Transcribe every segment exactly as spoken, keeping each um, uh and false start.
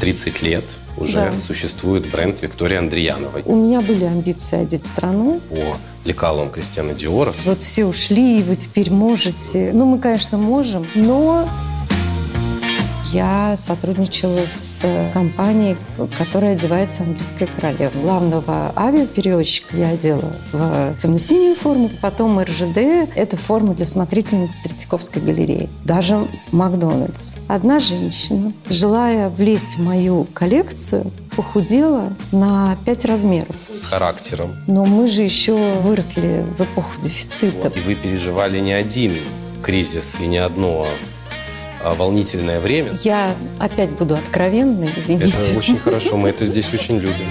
тридцать лет уже да. существует бренд Виктории Андрияновой. У меня были амбиции одеть страну. По лекалам Кристиана Диора. Вот все ушли, и вы теперь можете. Ну, мы, конечно, можем, но... Я сотрудничала с компанией, которая одевается английская королева. Главного авиаперевозчика я одела в темно-синюю форму, потом эр жэ дэ – это форма для смотрительниц Третьяковской галереи. Даже Макдональдс. Одна женщина, желая влезть в мою коллекцию, похудела на пять размеров. С характером. Но мы же еще выросли в эпоху дефицита. И вы переживали не один кризис и не одно волнительное время. Я опять буду откровенной, извините. Это очень хорошо, мы это здесь очень любим.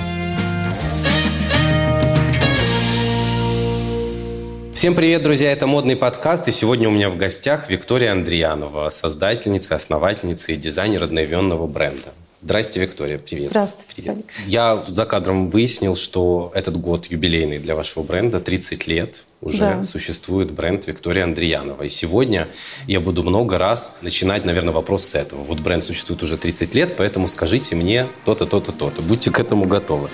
Всем привет, друзья! Это «Модный подкаст», и сегодня у меня в гостях Виктория Андриянова, создательница, основательница и дизайнер одноименного бренда. Здрасте, Виктория, привет. Здравствуйте, привет. Алекс. Я за кадром выяснил, что этот год юбилейный для вашего бренда, тридцать лет уже да. существует бренд Виктории Андрияновой. И сегодня я буду много раз начинать, наверное, вопрос с этого. Вот бренд существует уже тридцать лет, поэтому скажите мне то-то, то-то, то-то. Будьте к этому готовы.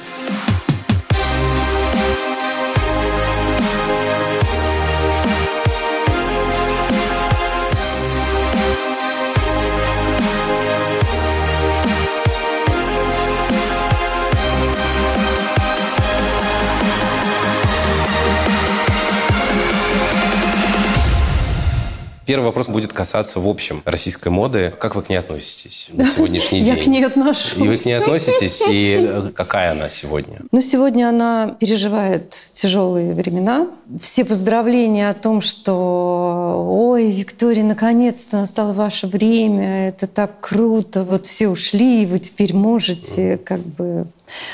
Первый вопрос будет касаться, в общем, российской моды. Как вы к ней относитесь на сегодняшний день? Я к ней отношусь. И вы к ней относитесь, и какая она сегодня? Ну, сегодня она переживает тяжелые времена. Все поздравления о том, что «Ой, Виктория, наконец-то настало ваше время, это так круто, вот все ушли, и вы теперь можете», как бы...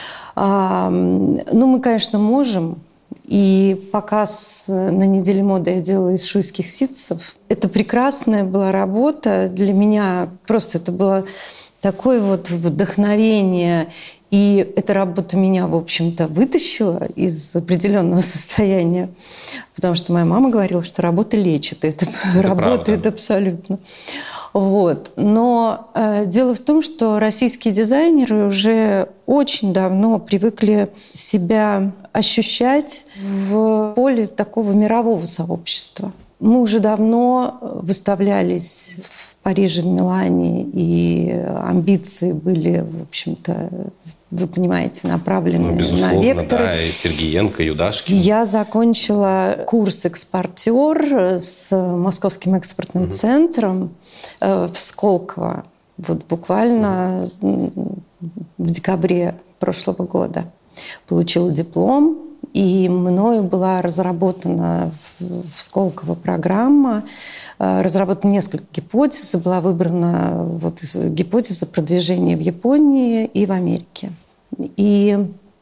А, ну, мы, конечно, можем. И показ на неделе моды я делала из шуйских ситцев. Это прекрасная была работа. Для меня просто это было такое вот вдохновение. И эта работа меня, в общем-то, вытащила из определенного состояния. Потому что моя мама говорила, что работа лечит. И это, это работает правда. Абсолютно. Вот. Но э, дело в том, что российские дизайнеры уже очень давно привыкли себя ощущать в поле такого мирового сообщества. Мы уже давно выставлялись в Париже, в Милане, и амбиции были, в общем-то, вы понимаете, направлены ну, на векторы. Да, и Сергеенко, Юдашкин. Я закончила курс «Экспортер» с Московским экспортным угу. центром в Сколково. Вот буквально угу. в декабре прошлого года. Получила диплом, и мною была разработана в Сколково программа, разработано несколько гипотез, и была выбрана вот гипотеза продвижения в Японии и в Америке. И,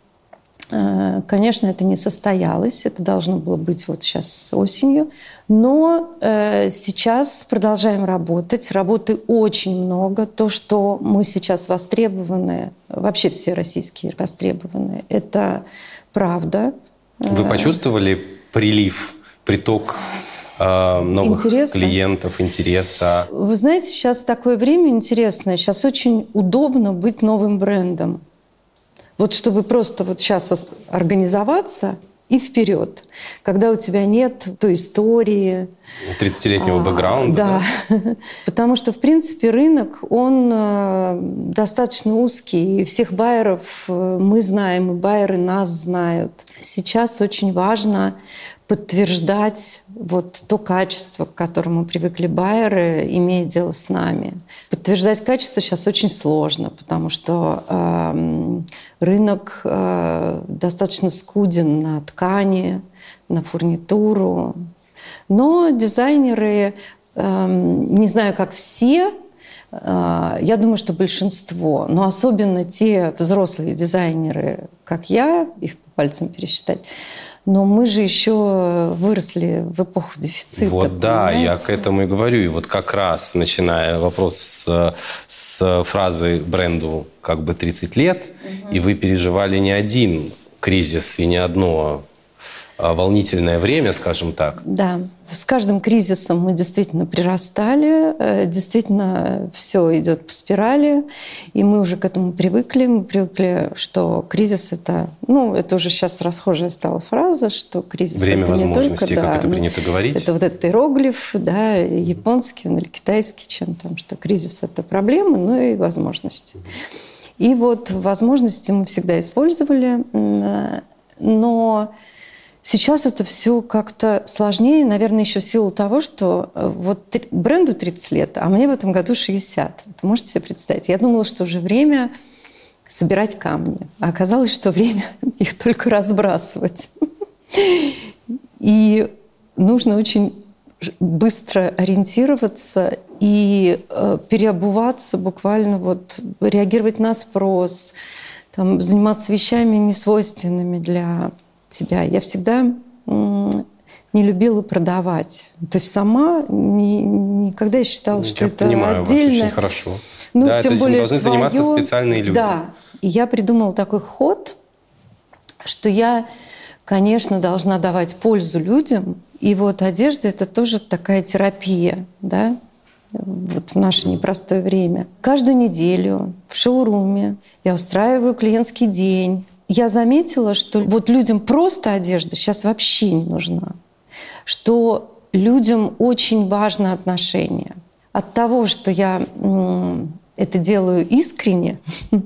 конечно, это не состоялось, это должно было быть вот сейчас осенью, но сейчас продолжаем работать, работы очень много. То, что мы сейчас востребованы, вообще все российские востребованы, это правда. Вы почувствовали прилив, приток э, новых интереса. клиентов, интереса? Вы знаете, сейчас такое время интересное. Сейчас очень удобно быть новым брендом. Вот чтобы просто вот сейчас организоваться и вперед. Когда у тебя нет той истории. тридцатилетнего бэкграунда. Да. да. Потому что, в принципе, рынок, он достаточно узкий. И всех байеров мы знаем, и байеры нас знают. Сейчас очень важно подтверждать вот то качество, к которому привыкли байеры, имея дело с нами. Подтверждать качество сейчас очень сложно, потому что э, рынок э, достаточно скуден на ткани, на фурнитуру. Но дизайнеры, э, не знаю, как все, э, я думаю, что большинство, но особенно те взрослые дизайнеры, как я, их по пальцам пересчитать, но мы же еще выросли в эпоху дефицита. Вот да, понимаете? Я к этому и говорю. И вот как раз, начиная вопрос с, с фразы бренду как бы тридцать лет, угу. и вы переживали не один кризис и не одно волнительное время, скажем так. Да. С каждым кризисом мы действительно прирастали, действительно все идет по спирали, и мы уже к этому привыкли. Мы привыкли, что кризис — это, ну, это уже сейчас расхожая стала фраза, что кризис — время это не возможностей, только, как да, это принято говорить. Это вот этот иероглиф, да, японский он или китайский, чем там, что кризис — это проблемы, но и возможности. И вот возможности мы всегда использовали, но сейчас это все как-то сложнее, наверное, еще в силу того, что вот бренду тридцать лет, а мне в этом году шестьдесят. Вы можете себе представить? Я думала, что уже время собирать камни, а оказалось, что время их только разбрасывать. И нужно очень быстро ориентироваться и э, переобуваться, буквально вот реагировать на спрос, там, заниматься вещами несвойственными для тебя. Я всегда м- не любила продавать. То есть сама ни, никогда я считала, я что это понимаю, отдельно. Вас очень хорошо. Ну, да, тем этим более должны своё... заниматься специальные люди. Да. И я придумала такой ход, что я, конечно, должна давать пользу людям. И вот одежда — это тоже такая терапия, да, вот в наше непростое время. Каждую неделю в шоуруме я устраиваю клиентский день. Я заметила, что вот людям просто одежда сейчас вообще не нужна, что людям очень важно отношение. От того, что я это делаю искренне,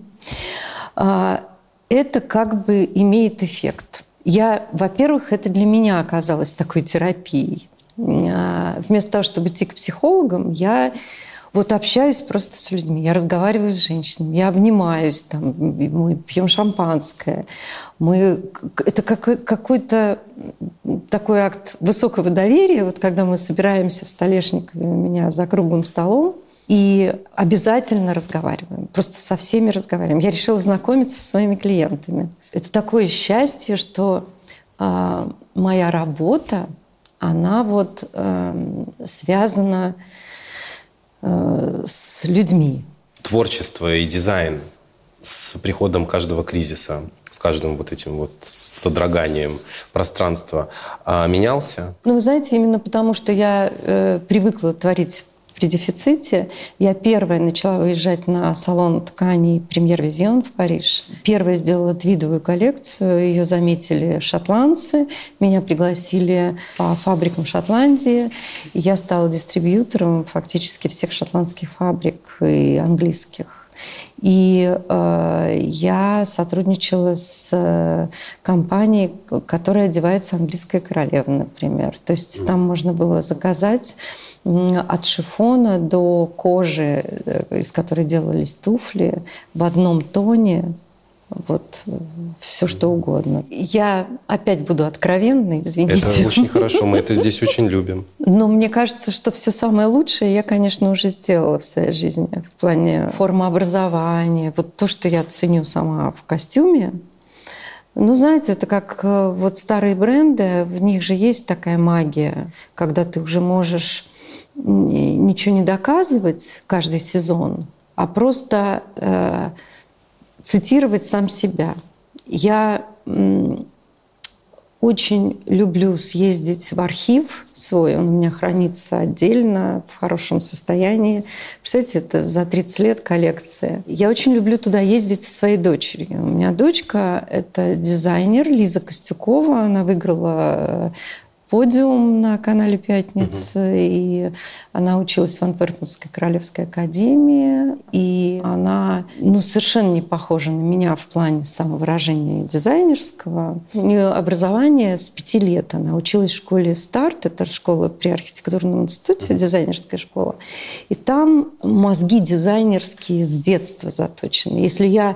это как бы имеет эффект. Я, во-первых, это для меня оказалось такой терапией. Вместо того, чтобы идти к психологам, я вот общаюсь просто с людьми, я разговариваю с женщинами, я обнимаюсь, там, мы пьем шампанское. Мы... Это как, какой-то такой акт высокого доверия, вот когда мы собираемся в Столешникове у меня за круглым столом, и обязательно разговариваем, просто со всеми разговариваем. Я решила знакомиться со своими клиентами. Это такое счастье, что э, моя работа, она вот э, связана э, с людьми. Творчество и дизайн с приходом каждого кризиса, с каждым вот этим вот содроганием пространства а менялся? Ну, вы знаете, именно потому, что я э, привыкла творить при дефиците, я первая начала выезжать на салон тканей «Премьер Визион» в Париж. Первая сделала твидовую коллекцию, ее заметили шотландцы, меня пригласили по фабрикам Шотландии, и я стала дистрибьютором фактически всех шотландских фабрик и английских. И э, я сотрудничала с э, компанией, которая одевается «Английская королева», например. То есть там можно было заказать э, от шифона до кожи, э, из которой делались туфли, в одном тоне. Вот все что угодно. Я опять буду откровенной, извините. Это очень хорошо, мы это здесь очень любим. Но мне кажется, что все самое лучшее я, конечно, уже сделала в своей жизни в плане формообразования. Вот то, что я ценю сама в костюме. Ну, знаете, это как вот старые бренды, в них же есть такая магия, когда ты уже можешь ничего не доказывать каждый сезон, а просто э, цитировать сам себя. Я м, очень люблю съездить в архив свой, он у меня хранится отдельно, в хорошем состоянии. Представляете, это за тридцать лет коллекция. Я очень люблю туда ездить со своей дочерью. У меня дочка — это дизайнер Лиза Костюкова, она выиграла подиум на канале «Пятница», угу. И она училась в Антверпенской Королевской академии, и она ну, совершенно не похожа на меня в плане самовыражения дизайнерского. У нее образование с пяти лет. Она училась в школе «Старт», это школа при архитектурном институте, дизайнерская школа. И там мозги дизайнерские с детства заточены. Если я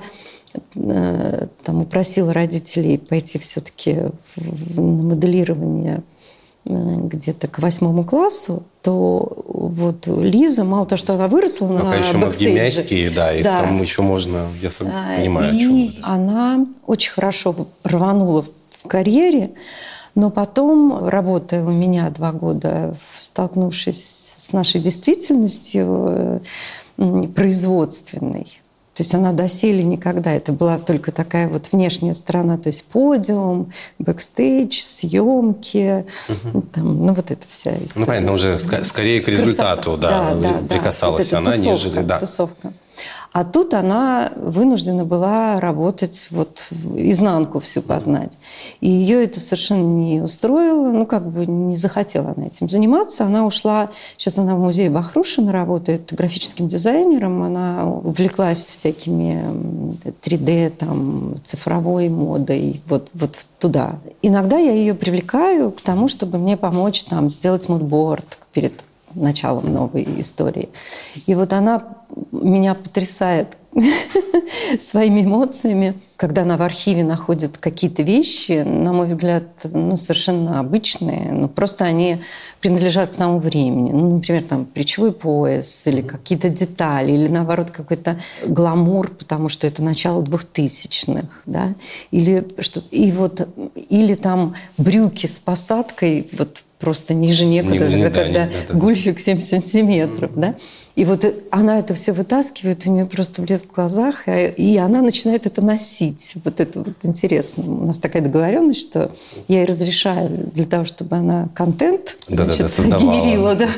там упросила родителей пойти все-таки на моделирование где-то к восьмому классу, то вот Лиза, мало того, что она выросла на бэкстейдже. Пока еще мозги мягкие, да, и да. Там еще можно, я понимаю, и о чем вы. Она очень хорошо рванула в карьере, но потом, работая у меня два года, столкнувшись с нашей действительностью производственной, То есть она доселе никогда. Это была только такая вот внешняя сторона, то есть подиум, бэкстейдж, съемки, угу. там, ну вот это вся история. Ну понятно, уже ск- скорее к результату да, да, да, прикасалась да. Вот она, тусовка, нежели... Да. Тусовка. А тут она вынуждена была работать, вот изнанку всю познать. И ее это совершенно не устроило, ну как бы не захотела она этим заниматься. Она ушла, сейчас она в музее Бахрушина работает графическим дизайнером, она увлеклась всякими три дэ, там, цифровой модой, вот, вот туда. Иногда я ее привлекаю к тому, чтобы мне помочь там, сделать мудборд перед началом новой истории. И вот она меня потрясает своими эмоциями, когда она в архиве находит какие-то вещи, на мой взгляд, ну, совершенно обычные, но просто они принадлежат к тому времени. Ну, например, там плечевой пояс или какие-то детали, или наоборот какой-то гламур, потому что это начало двухтысячных, да, или что, и вот, или там брюки с посадкой, вот просто ниже некуда, не, не, когда да, не, гульфик семь сантиметров, mm-hmm. да. И вот она это все вытаскивает, у нее просто блеск в глазах, и она начинает это носить. Вот это вот интересно. У нас такая договоренность, что я ей разрешаю для того, чтобы она контент да, значит, да, да, генерила. Да.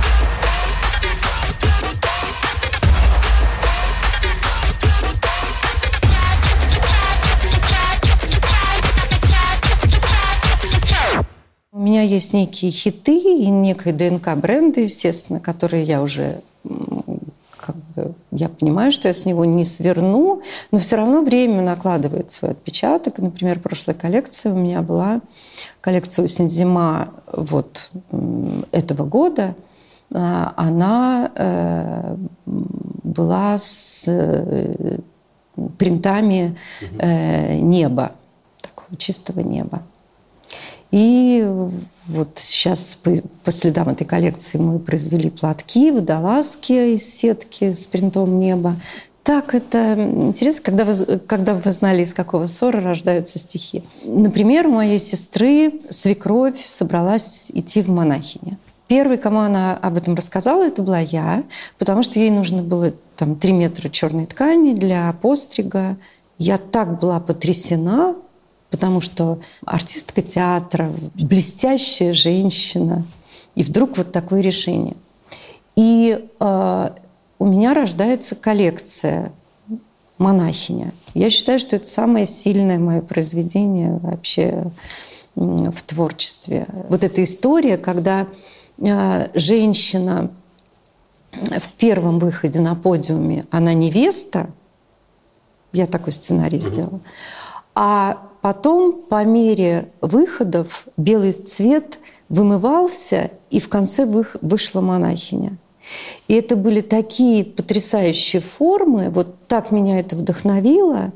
У меня есть некие хиты и некая ДНК бренда, естественно, которые я уже, как бы, я понимаю, что я с него не сверну, но все равно время накладывает свой отпечаток. Например, прошлая коллекция у меня была, коллекция осень-зима вот этого года, она была с принтами неба, такого чистого неба. И вот сейчас по, по следам этой коллекции мы произвели платки, водолазки из сетки с принтом неба. Так, это интересно, когда вы, когда вы знали, из какого ссора рождаются стихи. Например, у моей сестры свекровь собралась идти в монахини. Первой, кому она об этом рассказала, это была я, потому что ей нужно было там три метра черной ткани для пострига. Я так была потрясена, потому что артистка театра, блестящая женщина, и вдруг вот такое решение. И э, у меня рождается коллекция «Монахиня». Я считаю, что это самое сильное мое произведение вообще в творчестве. Вот эта история, когда э, женщина в первом выходе на подиуме, она невеста, я такой сценарий сделала, а потом, по мере выходов, белый цвет вымывался, и в конце вышла монахиня. И это были такие потрясающие формы, вот так меня это вдохновило,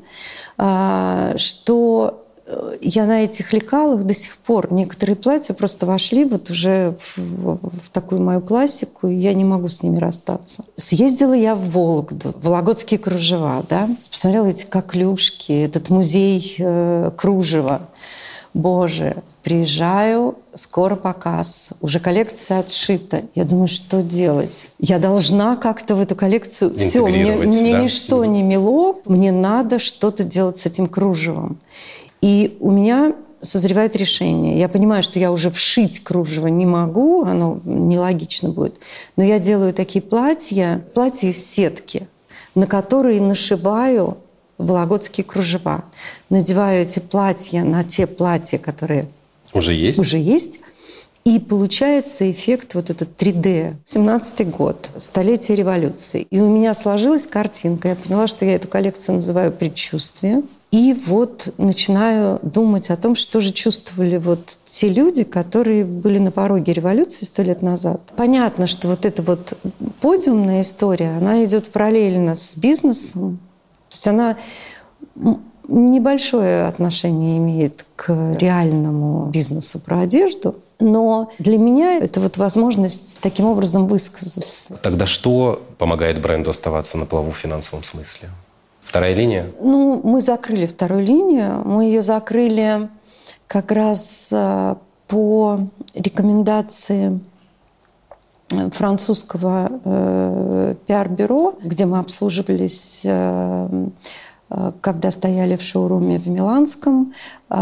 что я на этих лекалах до сих пор. Некоторые платья просто вошли вот уже в, в такую мою классику, и я не могу с ними расстаться. Съездила я в Вологду, вологодские кружева, да, посмотрела эти коклюшки, этот музей э, кружева. Боже, приезжаю, скоро показ, уже коллекция отшита. Я думаю, что делать? Я должна как-то в эту коллекцию... Все, мне, мне да? ничто не мило, мне надо что-то делать с этим кружевом. И у меня созревает решение. Я понимаю, что я уже вшить кружево не могу, оно нелогично будет. Но я делаю такие платья, платья из сетки, на которые нашиваю вологодские кружева. Надеваю эти платья на те платья, которые уже есть. Уже есть. И получается эффект вот этот три дэ. семнадцатый год, столетие революции. И у меня сложилась картинка. Я поняла, что я эту коллекцию называю «Предчувствие». И вот начинаю думать о том, что же чувствовали вот те люди, которые были на пороге революции сто лет назад. Понятно, что вот эта вот подиумная история, она идет параллельно с бизнесом. То есть она небольшое отношение имеет к реальному бизнесу про одежду. Но для меня это вот возможность таким образом высказаться. Тогда что помогает бренду оставаться на плаву в финансовом смысле? Вторая линия? Ну, мы закрыли вторую линию. Мы ее закрыли как раз по рекомендации французского пиар-бюро, где мы обслуживались, когда стояли в шоуруме в Миланском.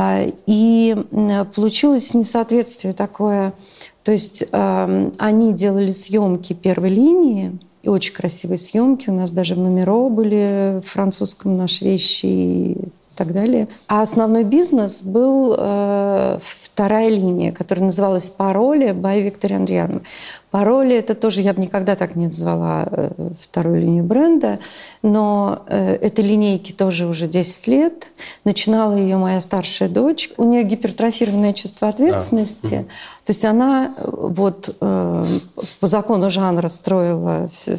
И получилось несоответствие такое. То есть они делали съемки первой линии, и очень красивые съемки. У нас даже в номеро были в французском наши вещи и так далее. А основной бизнес был э, вторая линия, которая называлась «Пароли» by Виктория Андриянова. «Пароли» — это тоже, я бы никогда так не назвала э, вторую линию бренда, но э, этой линейке тоже уже десять лет. Начинала ее моя старшая дочь. У нее гипертрофированное чувство ответственности. А. То есть она вот э, по закону жанра строила всю,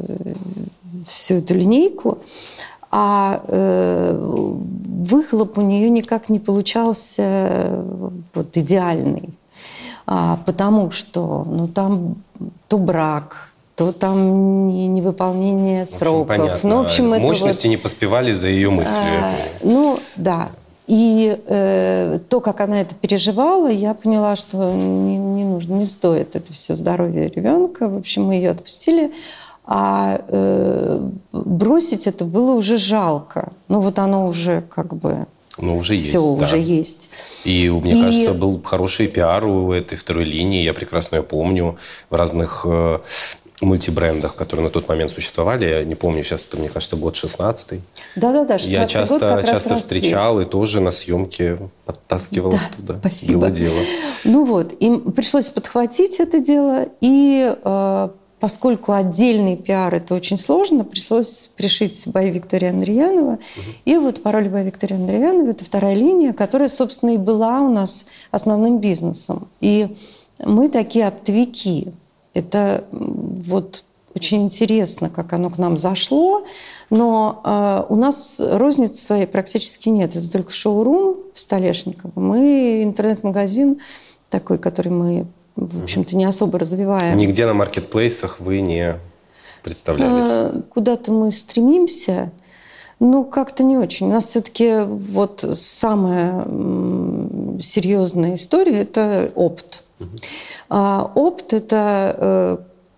всю эту линейку, а э, выхлоп у нее никак не получался вот, идеальный. А, потому что ну, там то брак, то там не, невыполнение сроков. В общем, понятно. Ну, в общем, мощности это вот, не поспевали за ее мыслью. А, ну, да. И э, то, как она это переживала, я поняла, что не, не нужно, не стоит это все здоровье ребенка. В общем, мы ее отпустили. А э, бросить это было уже жалко. Ну вот оно уже как бы... Ну, уже все есть, уже да. есть. И, мне и... кажется, был хороший пиар у этой второй линии. Я прекрасно ее помню в разных э, мультибрендах, которые на тот момент существовали. Я не помню, сейчас это, мне кажется, год шестнадцатый. Да-да-да, шестнадцатый Я часто, год как часто раз встречал и тоже на съемке подтаскивал да, оттуда. Спасибо. Было дело. Ну вот, им пришлось подхватить это дело, и... Э, Поскольку отдельный пиар – это очень сложно, пришлось пришить by Виктория Андриянова. Угу. И вот «Пароли by Виктория Андриянова» – это вторая линия, которая, собственно, и была у нас основным бизнесом. И мы такие оптовики. Это вот очень интересно, как оно к нам зашло. Но э, у нас розницы своей практически нет. Это только шоурум в Столешниково. Мы интернет-магазин такой, который мы... в общем-то, не особо развиваем. Нигде на маркетплейсах вы не представлялись? Куда-то мы стремимся, но как-то не очень. У нас все-таки вот самая серьезная история – это опт. Uh-huh. Опт – это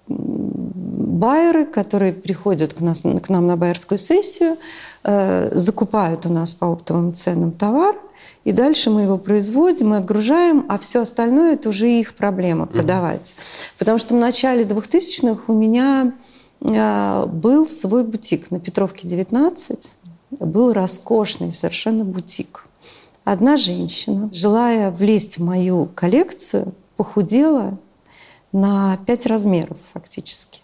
байеры, которые приходят к, нас, к нам на байерскую сессию, закупают у нас по оптовым ценам товар, и дальше мы его производим и отгружаем, а все остальное – это уже их проблема продавать. Mm-hmm. Потому что в начале двухтысячных у меня был свой бутик на Петровке девятнадцать. Был роскошный совершенно бутик. Одна женщина, желая влезть в мою коллекцию, похудела на пять размеров фактически.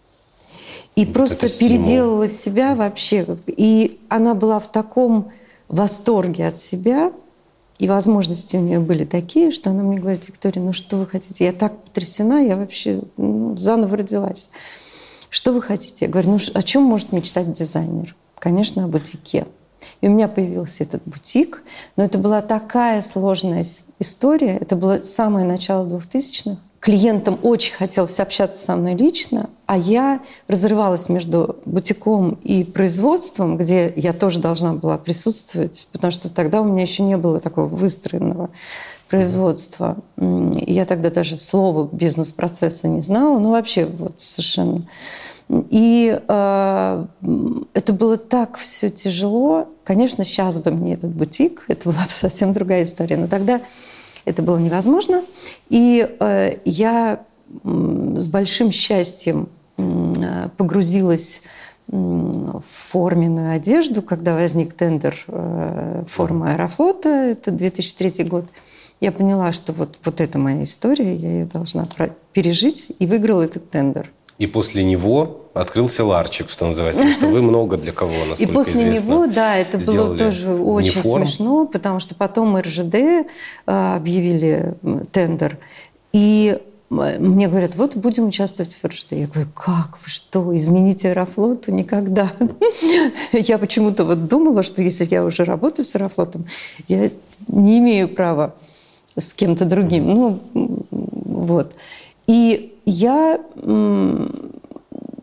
И вот просто переделала себя вообще. И она была в таком восторге от себя, и возможности у нее были такие, что она мне говорит: Виктория, ну что вы хотите? Я так потрясена, я вообще ну, заново родилась. Что вы хотите? Я говорю, ну о чем может мечтать дизайнер? Конечно, о бутике. И у меня появился этот бутик, но это была такая сложная история, это было самое начало двухтысячных. Клиентам очень хотелось общаться со мной лично, а я разрывалась между бутиком и производством, где я тоже должна была присутствовать, потому что тогда у меня еще не было такого выстроенного производства. И я тогда даже слова бизнес-процесса не знала, ну вообще вот совершенно. И э, это было так все тяжело. Конечно, сейчас бы мне этот бутик, это была совсем другая история, но тогда это было невозможно. И э, я э, с большим счастьем э, погрузилась э, в форменную одежду, когда возник тендер э, формы Аэрофлота, это две тысячи третий год. Я поняла, что вот, вот это моя история, я ее должна пережить, и выиграла этот тендер. И после него открылся ларчик, что называется, потому что вы много для кого, насколько известно. И после него, да, это было тоже очень смешно, потому что потом эр жэ дэ объявили тендер, и мне говорят, вот будем участвовать в эр жэ дэ. Я говорю, как, вы что, измените Аэрофлоту? Никогда. Я почему-то вот думала, что если я уже работаю с Аэрофлотом, я не имею права с кем-то другим. Ну, вот. И я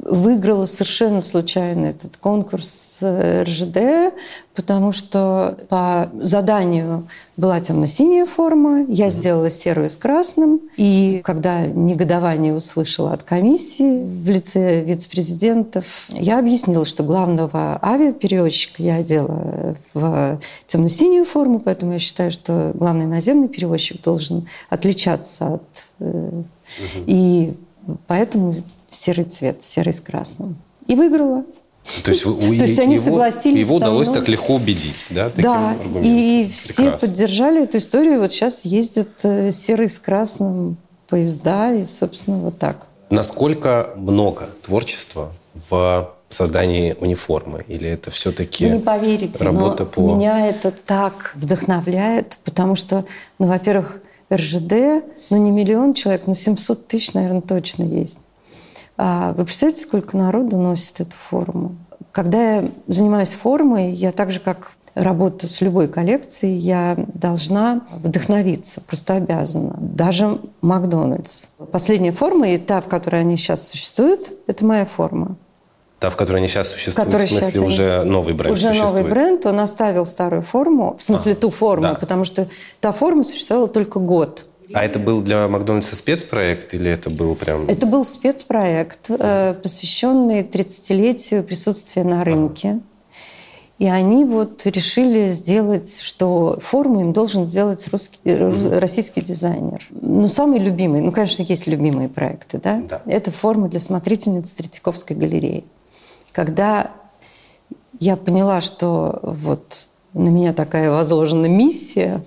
выиграла совершенно случайно этот конкурс эр жэ дэ, потому что по заданию была темно-синяя форма, я сделала серую с красным, и когда негодование услышала от комиссии в лице вице-президентов, я объяснила, что главного авиаперевозчика я одела в темно-синюю форму, поэтому я считаю, что главный наземный перевозчик должен отличаться от... Угу. И поэтому серый цвет, серый с красным. И выиграла. То есть, у, То есть они его, согласились его удалось так легко убедить, да? Да, и все Прекрасно. Поддержали эту историю. Вот сейчас ездят серый с красным поезда, и, собственно, вот так. Насколько много творчества в создании униформы? Или это все-таки Вы не поверите, работа но по... меня это так вдохновляет, потому что, ну, во-первых, эр жэ дэ, ну, не миллион человек, но семьсот тысяч, наверное, точно есть. А вы представляете, сколько народу носит эту форму? Когда я занимаюсь формой, я так же, как работаю с любой коллекцией, я должна вдохновиться, просто обязана. Даже Макдональдс. Последняя форма, и та, в которой они сейчас существуют, это моя форма. Та, в которой они сейчас существуют, в смысле уже они... новый бренд уже существует? Уже новый бренд, он оставил старую форму, в смысле а, ту форму, да. Потому что та форма существовала только год. А это был для Макдональдса спецпроект или это был прям... Это был спецпроект, э, посвященный тридцатилетию присутствия на рынке. Ага. И они вот решили сделать, что форму им должен сделать русский, mm-hmm. российский дизайнер. Ну, самый любимый, ну, конечно, есть любимые проекты, да? Да. Это форма для смотрительниц Третьяковской галереи. Когда я поняла, что вот на меня такая возложена миссия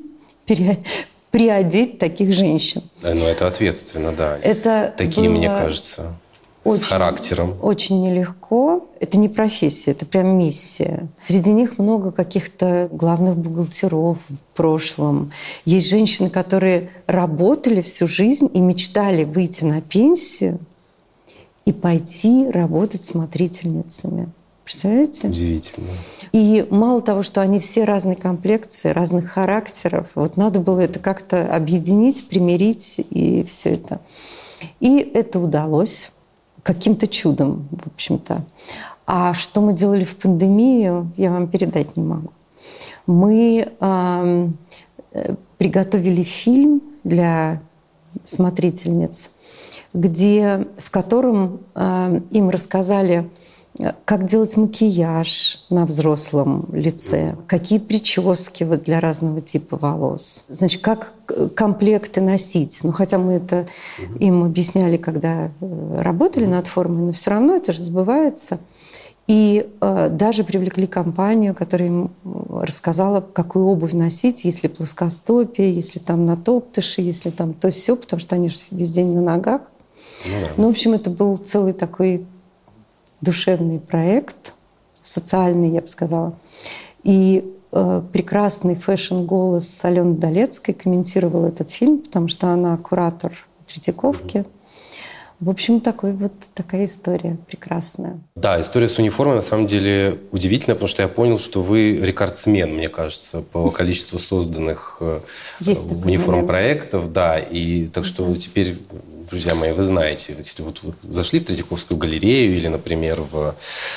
приодеть таких женщин. Да, ну это ответственно, да. Это такие, мне кажется, очень, с характером. Очень нелегко. Это не профессия, это прям миссия. Среди них много каких-то главных бухгалтеров в прошлом. Есть женщины, которые работали всю жизнь и мечтали выйти на пенсию и пойти работать смотрительницами. Представляете? Удивительно. И мало того, что они все разной комплекции, разных характеров, вот надо было это как-то объединить, примирить и все это. И это удалось каким-то чудом, в общем-то. А что мы делали в пандемию, я вам передать не могу. Мы э, приготовили фильм для смотрительниц, где, в котором э, им рассказали, как делать макияж на взрослом лице, какие прически вот для разного типа волос, значит, как комплекты носить. Ну, хотя мы это им объясняли, когда работали над формой, но все равно это же забывается. И э, даже привлекли компанию, которая им рассказала, какую обувь носить, если плоскостопие, если там натоптыши, если там то-сё, потому что они же весь день на ногах. Ну, да. Ну, в общем, это был целый такой душевный проект, социальный, я бы сказала. И э, прекрасный фэшн-голос Алены Долецкой комментировал этот фильм, потому что она куратор Третьяковки. Mm-hmm. В общем, такой вот, такая история прекрасная. Да, история с униформой на самом деле удивительная, потому что я понял, что вы рекордсмен, мне кажется, по количеству созданных униформ-проектов. Да, и так что да. Теперь... Друзья мои, вы знаете, если вот вы зашли в Третьяковскую галерею или, например, в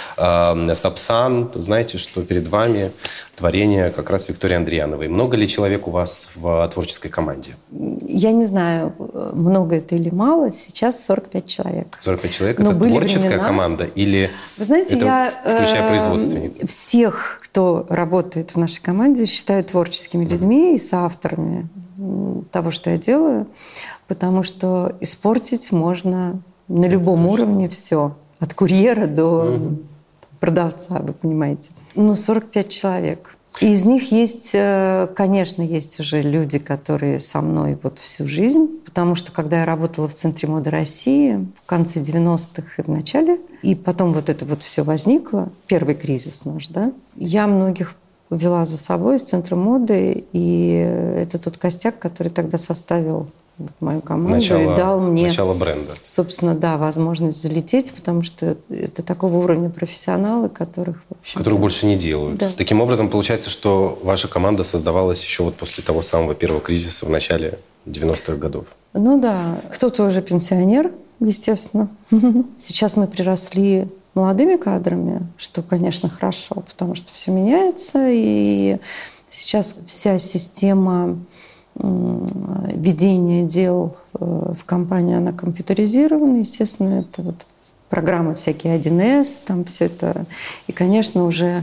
э, Сапсан, то знаете, что перед вами творение как раз Виктории Андрияновой. Много ли человек у вас в творческой команде? Я не знаю, много это или мало. Сейчас сорок пять человек. сорок пять человек – это творческая времена... команда или вы знаете, это я, включая производственников? Всех, кто работает в нашей команде, считаю творческими людьми и соавторами того, что я делаю, потому что испортить можно на это любом точно. Уровне все. От курьера до mm-hmm. продавца, вы понимаете. Ну, сорок пять человек. И из них есть, конечно, есть уже люди, которые со мной вот всю жизнь, потому что когда я работала в Центре моды России в конце девяностых и в начале, и потом вот это вот все возникло, первый кризис наш, да, я многих вела за собой из Центра моды, и это тот костяк, который тогда составил вот мою команду начало, и дал мне, начало бренда. Собственно, да, возможность взлететь, потому что это такого уровня профессионалы, которых, в общем, которых больше не делают. Да. Таким образом, получается, что ваша команда создавалась еще вот после того самого первого кризиса в начале девяностых годов. Ну да, кто-то уже пенсионер, естественно. Сейчас мы приросли молодыми кадрами, что, конечно, хорошо, потому что все меняется, и сейчас вся система ведения дел в компании, она компьютеризирована, естественно, это вот программы всякие один эс, там все это, и, конечно, уже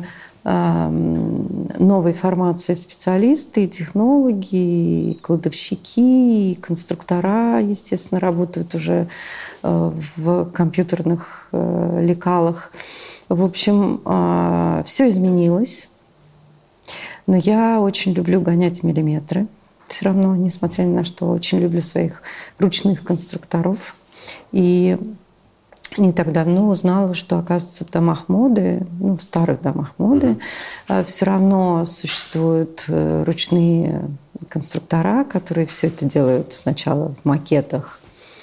новой формации специалисты, и технологи, и кладовщики, и конструктора, естественно, работают уже в компьютерных лекалах. В общем, все изменилось. Но я очень люблю гонять миллиметры. Все равно, несмотря ни на что, очень люблю своих ручных конструкторов. И не так давно узнала, что, оказывается, в домах моды, ну, в старых домах моды, mm-hmm. все равно существуют ручные конструктора, которые все это делают сначала в макетах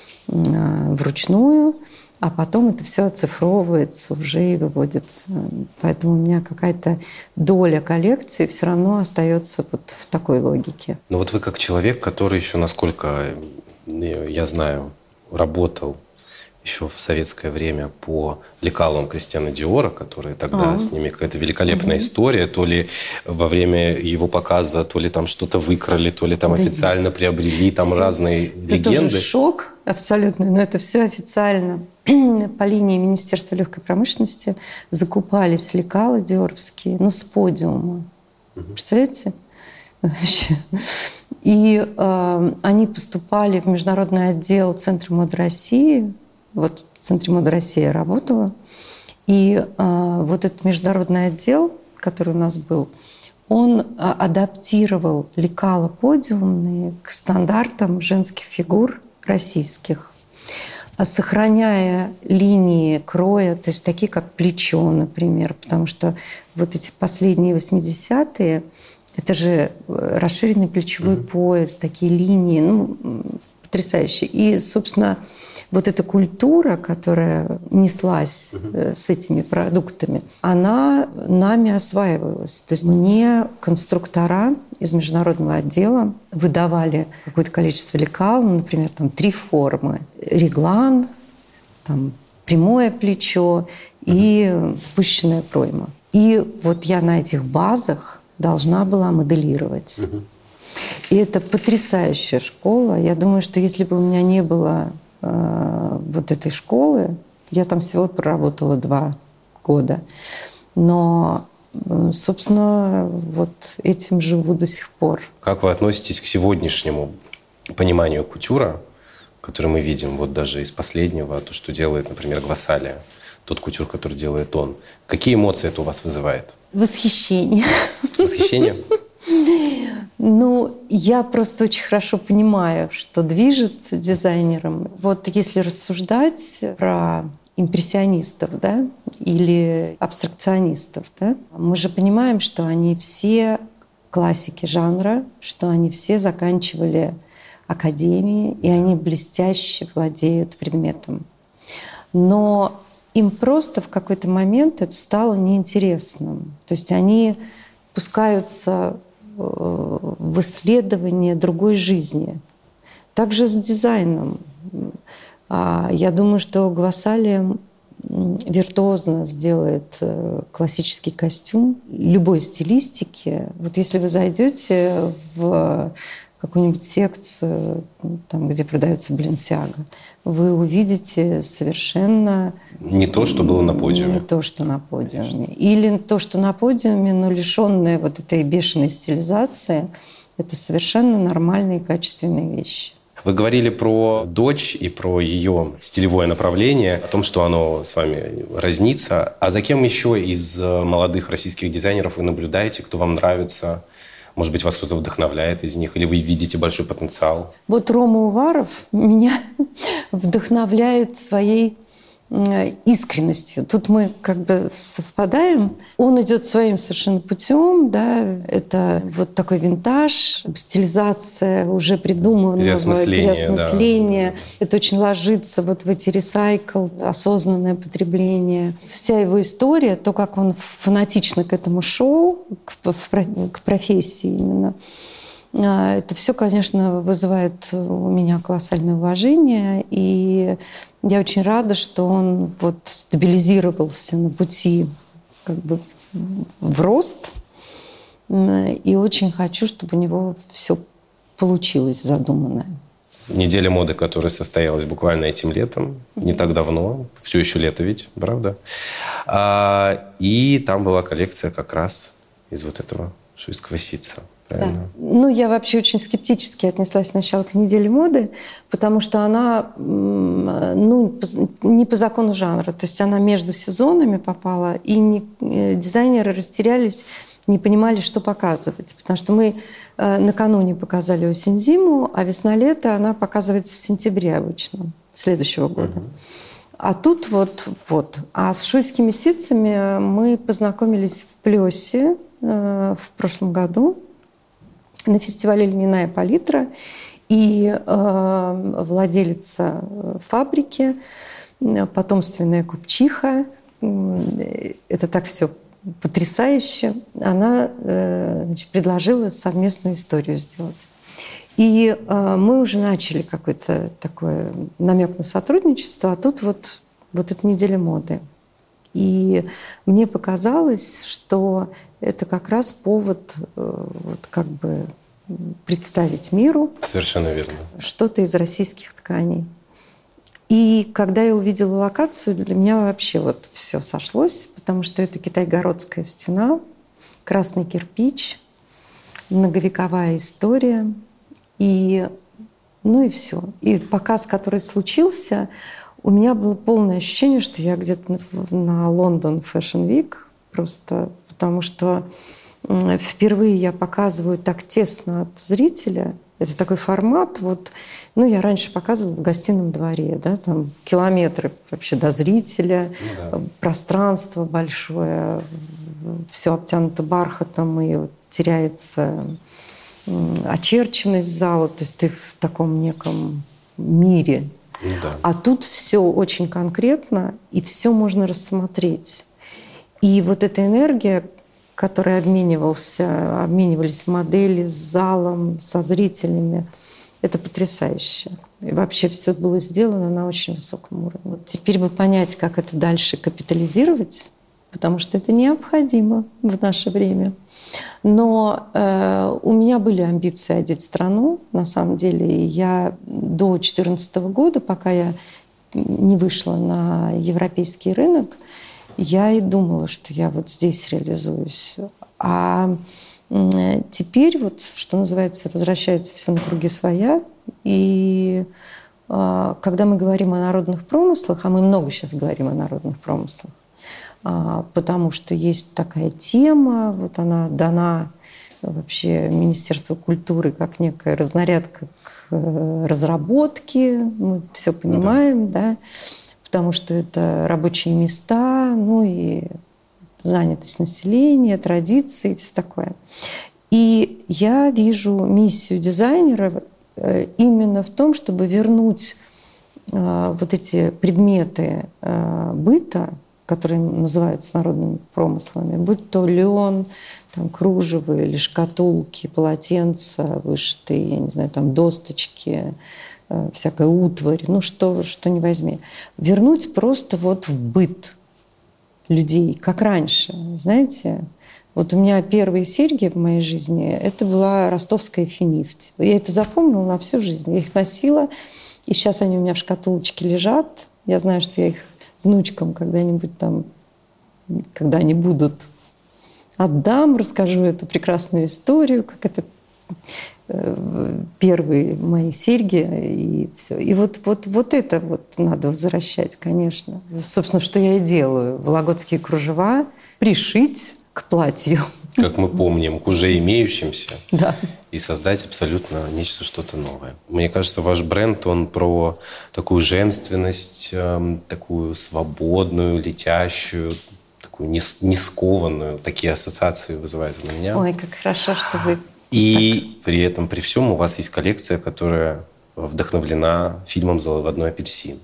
вручную, а потом это все оцифровывается уже и выводится. Поэтому у меня какая-то доля коллекции все равно остается вот в такой логике. Но вот вы как человек, который еще, насколько я знаю, работал еще в советское время по лекалам Кристиана Диора, которые тогда А-а-а. с ними какая-то великолепная угу. история, то ли во время его показа, то ли там что-то выкрали, то ли там да официально нет. приобрели, там все. разные это легенды. Это тоже шок абсолютный, но это все официально. По линии Министерства легкой промышленности закупались лекала диоровские, ну, с подиума. Угу. Представляете? Вообще. И э, они поступали в международный отдел Центра моды России. Вот в Центре моды России я работала. И э, вот этот международный отдел, который у нас был, он э, адаптировал лекала подиумные к стандартам женских фигур российских, сохраняя линии кроя, то есть такие, как плечо, например, потому что вот эти последние восьмидесятые, это же расширенный плечевой mm-hmm. пояс, такие линии, ну, потрясающие. И, собственно, вот эта культура, которая неслась uh-huh. с этими продуктами, она нами осваивалась. То есть мне конструктора из международного отдела выдавали какое-то количество лекал, ну, например, там три формы. Реглан, там, прямое плечо и uh-huh. спущенная пройма. И вот я на этих базах должна была моделировать. Uh-huh. И это потрясающая школа. Я думаю, что если бы у меня не было э, вот этой школы, я там всего проработала два года, но, э, собственно, вот этим живу до сих пор. Как вы относитесь к сегодняшнему пониманию кутюра, который мы видим вот даже из последнего, то, что делает, например, Гвасалия, тот кутюр, который делает он? Какие эмоции это у вас вызывает? Восхищение. Восхищение? Ну, я просто очень хорошо понимаю, что движет дизайнером. Вот если рассуждать про импрессионистов, да, или абстракционистов, да, мы же понимаем, что они все классики жанра, что они все заканчивали академии, и они блестяще владеют предметом. Но им просто в какой-то момент это стало неинтересным. То есть они пускаются в исследование другой жизни. Также с дизайном. Я думаю, что Гвасалия виртуозно сделает классический костюм любой стилистики. Вот если вы зайдете в какую-нибудь секцию, там, где продается Balenciaga, вы увидите совершенно... Не то, что было на подиуме. Не то, что на подиуме. Конечно. Или то, что на подиуме, но лишенное вот этой бешеной стилизации. Это совершенно нормальные и качественные вещи. Вы говорили про дочь и про ее стилевое направление, о том, что оно с вами разнится. А за кем еще из молодых российских дизайнеров вы наблюдаете, кто вам нравится? Может быть, вас кто-то вдохновляет из них, или вы видите большой потенциал? Вот Рома Уваров меня вдохновляет своей искренностью. Тут мы как бы совпадаем. Он идет своим совершенно путем, да, это вот такой винтаж, стилизация уже придуманного, переосмысление. переосмысление. Да. Это очень ложится вот в эти ресайкл, осознанное потребление. Вся его история, то, как он фанатично к этому шел, к, к профессии именно, Это все, конечно, вызывает у меня колоссальное уважение, и я очень рада, что он вот стабилизировался на пути как бы в рост, и очень хочу, чтобы у него все получилось задуманное. Неделя моды, которая состоялась буквально этим летом, не так давно, все еще лето ведь, правда? А, и там была коллекция как раз из вот этого шуйского ситца. Правильно? Да. Ну, я вообще очень скептически отнеслась сначала к неделе моды, потому что она ну, не по закону жанра. То есть она между сезонами попала, и не, дизайнеры растерялись, не понимали, что показывать. Потому что мы э, накануне показали осень-зиму, а весна-лето она показывается в сентябре обычно следующего года. Uh-huh. А тут вот, вот. А с шуйскими ситцами мы познакомились в Плёсе э, в прошлом году на фестивале «Льняная палитра». И э, владелица фабрики, потомственная купчиха, э, это так все потрясающе, она э, значит, предложила совместную историю сделать. И э, мы уже начали какой-то такой намек на сотрудничество, а тут вот, вот эта неделя моды. И мне показалось, что это как раз повод э, вот как бы представить миру совершенно верно. Что-то из российских тканей. И когда я увидела локацию, для меня вообще вот все сошлось, потому что это Китай-городская стена, красный кирпич, многовековая история. И, ну и все. И показ, который случился, у меня было полное ощущение, что я где-то на Лондон Fashion Week, просто потому что впервые я показываю так тесно от зрителя. Это такой формат. Вот, ну, я раньше показывала в гостином дворе, да, там километры вообще до зрителя, ну, да. Пространство большое, все обтянуто бархатом, и вот теряется очерченность зала, то есть ты в таком неком мире. Ну, да. А тут все очень конкретно, и все можно рассмотреть. И вот эта энергия, которой обменивался, обменивались модели с залом, со зрителями, это потрясающе. И вообще все было сделано на очень высоком уровне. Вот теперь бы понять, как это дальше капитализировать, потому что это необходимо в наше время. Но э, у меня были амбиции одеть страну, на самом деле. Я до две тысячи четырнадцатого года, пока я не вышла на европейский рынок, я и думала, что я вот здесь реализуюсь. А э, теперь, вот, что называется, возвращается все на круги своя. И э, когда мы говорим о народных промыслах, а мы много сейчас говорим о народных промыслах, потому что есть такая тема, вот она дана вообще Министерству культуры как некая разнарядка к разработке, мы все понимаем, да. да, потому что это рабочие места, ну и занятость населения, традиции и все такое. И я вижу миссию дизайнера именно в том, чтобы вернуть вот эти предметы быта, которые называются народными промыслами, будь то лен, там, кружево или шкатулки, полотенца вышитые, я не знаю, там, досточки, э, всякая утварь, ну что, что не возьми. Вернуть просто вот в быт людей, как раньше, знаете. Вот у меня первые серьги в моей жизни, это была ростовская финифть. Я это запомнила на всю жизнь. Я их носила, и сейчас они у меня в шкатулочке лежат. Я знаю, что я их внучкам когда-нибудь там, когда они будут, отдам, расскажу эту прекрасную историю, как это э, первые мои серьги и все. И вот, вот, вот это вот надо возвращать, конечно. Собственно, что я и делаю. Вологодские кружева пришить к платью. Как мы помним, к уже имеющимся. Да. И создать абсолютно нечто, что-то новое. Мне кажется, ваш бренд, он про такую женственность, э, такую свободную, летящую, такую не, не скованную. Такие ассоциации вызывают у меня. Ой, как хорошо, что вы... И так. при этом, при всем, у вас есть коллекция, которая вдохновлена фильмом «Заводной апельсин».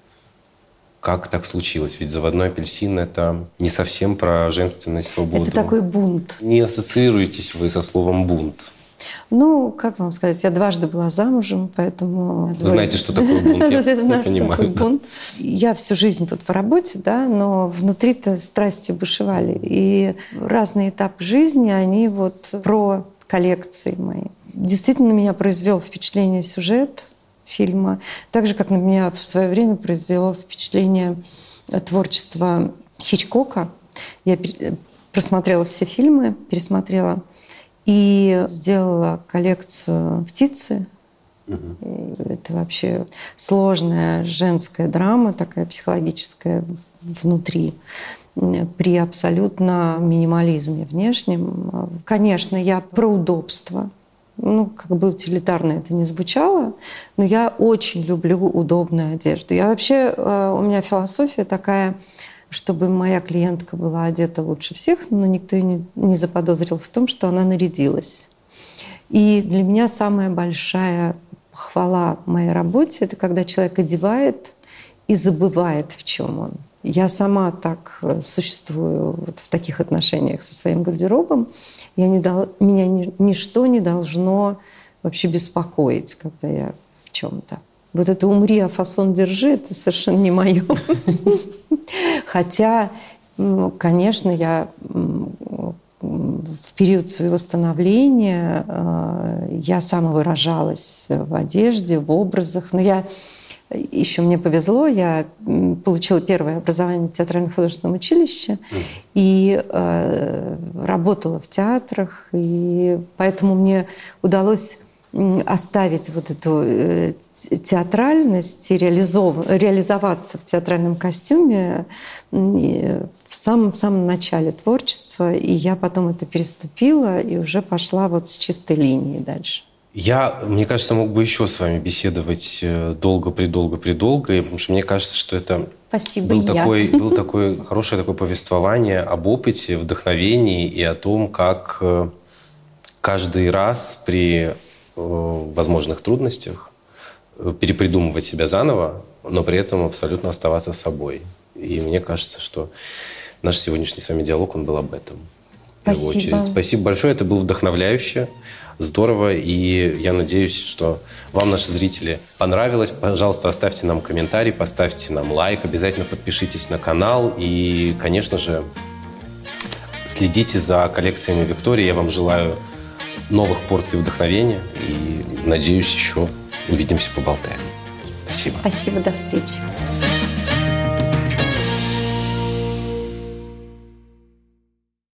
Как так случилось? Ведь «Заводной апельсин» — это не совсем про женственность, свободу. Это такой бунт. Не ассоциируетесь вы со словом «бунт»? Ну, как вам сказать, я дважды была замужем, поэтому... Вы знаете, что такое бунт, я понимаю. Я всю жизнь вот в работе, да, но внутри-то страсти бушевали. И разные этапы жизни, они вот про коллекции мои. Действительно, на меня произвел впечатление сюжет фильма, так же, как на меня в свое время произвело впечатление творчество Хичкока. Я просмотрела все фильмы, пересмотрела и сделала коллекцию «Птицы». Угу. Это вообще сложная женская драма, такая психологическая внутри, при абсолютно минимализме внешнем. Конечно, я про удобство. Ну, как бы утилитарно это не звучало, но я очень люблю удобную одежду. Я вообще, у меня философия такая, чтобы моя клиентка была одета лучше всех, но никто ее не, не заподозрил в том, что она нарядилась. И для меня самая большая похвала моей работе — это когда человек одевает и забывает, в чем он. Я сама так существую вот в таких отношениях со своим гардеробом. Я не дол... Меня ни... ничто не должно вообще беспокоить, когда я в чем-то. Вот это «умри, а фасон держи» — это совершенно не мое. Хотя, конечно, я в период своего становления я самовыражалась в одежде, в образах. Но я еще мне повезло, я получила первое образование в театрально-художественном училище mm. и э, работала в театрах, и поэтому мне удалось оставить вот эту э, театральность и реализов... реализоваться в театральном костюме в самом-самом начале творчества, и я потом это переступила и уже пошла вот с чистой линией дальше. Я, мне кажется, мог бы еще с вами беседовать долго-предолго-предолго, потому что мне кажется, что это Спасибо, был я. такой, был такой хорошее такое повествование об опыте, вдохновении и о том, как каждый раз при возможных трудностях перепридумывать себя заново, но при этом абсолютно оставаться собой. И мне кажется, что наш сегодняшний с вами диалог, он был об этом. В первую очередь. Спасибо большое, это было вдохновляюще, здорово, и я надеюсь, что вам, наши зрители, понравилось. Пожалуйста, оставьте нам комментарий, поставьте нам лайк, обязательно подпишитесь на канал и, конечно же, следите за коллекциями Виктории. Я вам желаю новых порций вдохновения и, надеюсь, еще увидимся, поболтаем. Спасибо. Спасибо, до встречи.